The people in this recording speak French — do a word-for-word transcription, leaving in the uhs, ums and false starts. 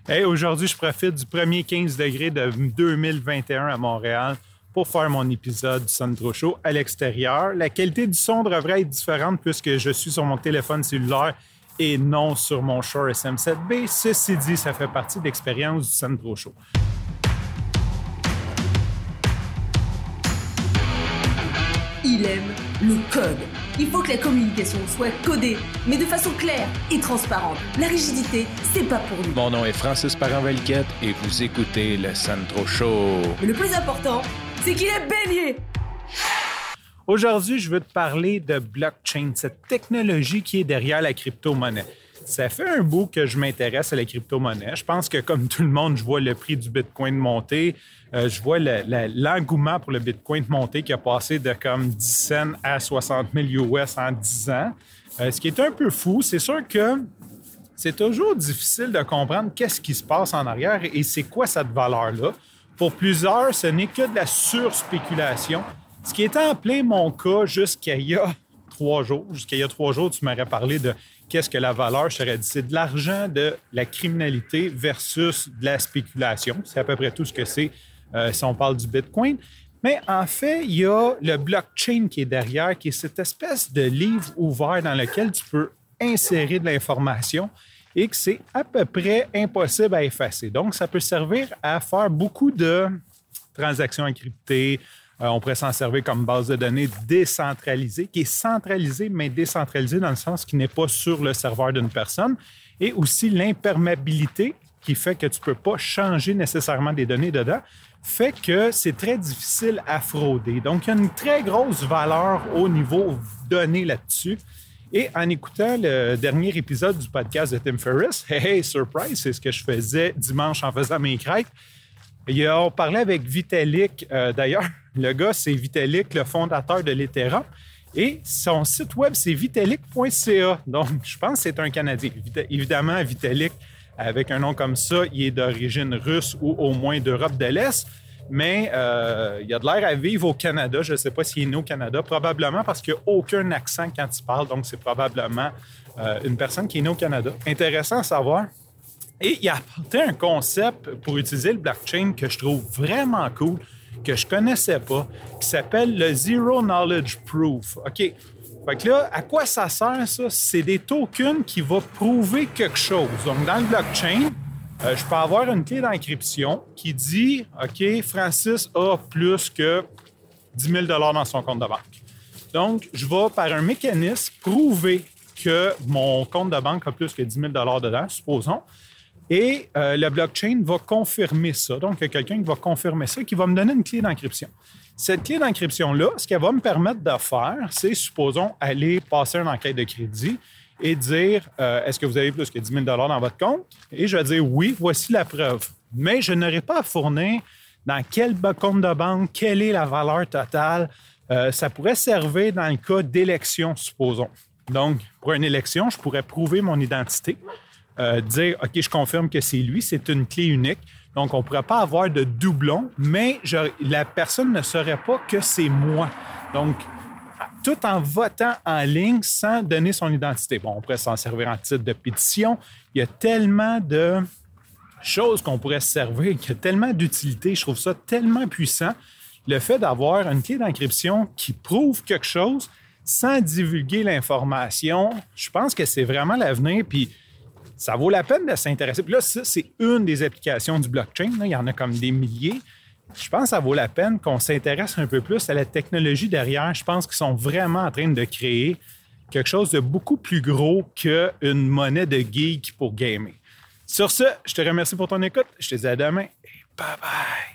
Hey, aujourd'hui, je profite du premier quinze degrés de deux mille vingt et un à Montréal pour faire mon épisode du Sandro Show à l'extérieur. La qualité du son devrait être différente puisque je suis sur mon téléphone cellulaire et non sur mon Shure S M sept B. Ceci dit, ça fait partie de l'expérience du Sandro Show. Il aime le code. Il faut que la communication soit codée, mais de façon claire et transparente. La rigidité, c'est pas pour nous. Mon nom est Francis Parent-Valquette et vous écoutez le Sandro Show. Mais le plus important, c'est qu'il est bélier. Aujourd'hui, je veux te parler de blockchain, cette technologie qui est derrière la crypto-monnaie. Ça fait un bout que je m'intéresse à la crypto-monnaie. Je pense que, comme tout le monde, je vois le prix du Bitcoin monter. Euh, je vois le, le, l'engouement pour le Bitcoin monter qui a passé de comme dix cents à soixante mille U S en dix ans. Euh, ce qui est un peu fou, c'est sûr que c'est toujours difficile de comprendre qu'est-ce qui se passe en arrière et c'est quoi cette valeur-là. Pour plusieurs, ce n'est que de la surspéculation. Ce qui était en plein mon cas jusqu'à il y a trois jours. Jusqu'à il y a trois jours, tu m'aurais parlé de qu'est-ce que la valeur, je t'aurais dit, c'est de l'argent de la criminalité versus de la spéculation. C'est à peu près tout ce que c'est euh, si on parle du Bitcoin. Mais en fait, il y a le blockchain qui est derrière, qui est cette espèce de livre ouvert dans lequel tu peux insérer de l'information et que c'est à peu près impossible à effacer. Donc, ça peut servir à faire beaucoup de transactions encryptées. Euh, on pourrait s'en servir comme base de données décentralisée, qui est centralisée, mais décentralisée dans le sens qui n'est pas sur le serveur d'une personne. Et aussi l'imperméabilité, qui fait que tu ne peux pas changer nécessairement des données dedans, fait que c'est très difficile à frauder. Donc, il y a une très grosse valeur au niveau données là-dessus. Et en écoutant le dernier épisode du podcast de Tim Ferriss, hey, hey, surprise, c'est ce que je faisais dimanche en faisant mes crêpes. Il a, on parlait avec Vitalik. Euh, d'ailleurs, le gars, c'est Vitalik, le fondateur de l'Ethereum. Et son site web, c'est vitalik point c a. Donc, je pense que c'est un Canadien. Évidemment, Vitalik, avec un nom comme ça, il est d'origine russe ou au moins d'Europe de l'Est. Mais euh, il a de l'air à vivre au Canada. Je ne sais pas s'il est né au Canada. Probablement parce qu'il n'y a aucun accent quand il parle. Donc, c'est probablement euh, une personne qui est née au Canada. Intéressant à savoir. Et il a apporté un concept pour utiliser le blockchain que je trouve vraiment cool, que je ne connaissais pas, qui s'appelle le Zero Knowledge Proof. OK. Fait que là, à quoi ça sert, ça? C'est des tokens qui vont prouver quelque chose. Donc, dans le blockchain, euh, je peux avoir une clé d'encryption qui dit, OK, Francis a plus que dix mille dollars dans son compte de banque. Donc, je vais, par un mécanisme, prouver que mon compte de banque a plus que dix mille dollars dedans, supposons. Et euh, le blockchain va confirmer ça. Donc, il y a quelqu'un qui va confirmer ça, qui va me donner une clé d'encryption. Cette clé d'encryption-là, ce qu'elle va me permettre de faire, c'est, supposons, aller passer une enquête de crédit et dire euh, est-ce que vous avez plus que dix mille dollars dans votre compte? Et je vais dire oui, voici la preuve. Mais je n'aurai pas à fournir dans quel compte de banque, quelle est la valeur totale. Euh, ça pourrait servir dans le cas d'élection, supposons. Donc, pour une élection, je pourrais prouver mon identité. Euh, dire, OK, je confirme que c'est lui, c'est une clé unique. Donc, on ne pourrait pas avoir de doublon, mais je, la personne ne saurait pas que c'est moi. Donc, tout en votant en ligne sans donner son identité. Bon, on pourrait s'en servir en titre de pétition. Il y a tellement de choses qu'on pourrait se servir, qu'il y a tellement d'utilité. Je trouve ça tellement puissant. Le fait d'avoir une clé d'encryption qui prouve quelque chose sans divulguer l'information, je pense que c'est vraiment l'avenir. Puis, ça vaut la peine de s'intéresser. Puis là, ça, c'est une des applications du blockchain. Là. Il y en a comme des milliers. Je pense que ça vaut la peine qu'on s'intéresse un peu plus à la technologie derrière. Je pense qu'ils sont vraiment en train de créer quelque chose de beaucoup plus gros qu'une monnaie de geek pour gamer. Sur ce, je te remercie pour ton écoute. Je te dis à demain et bye bye!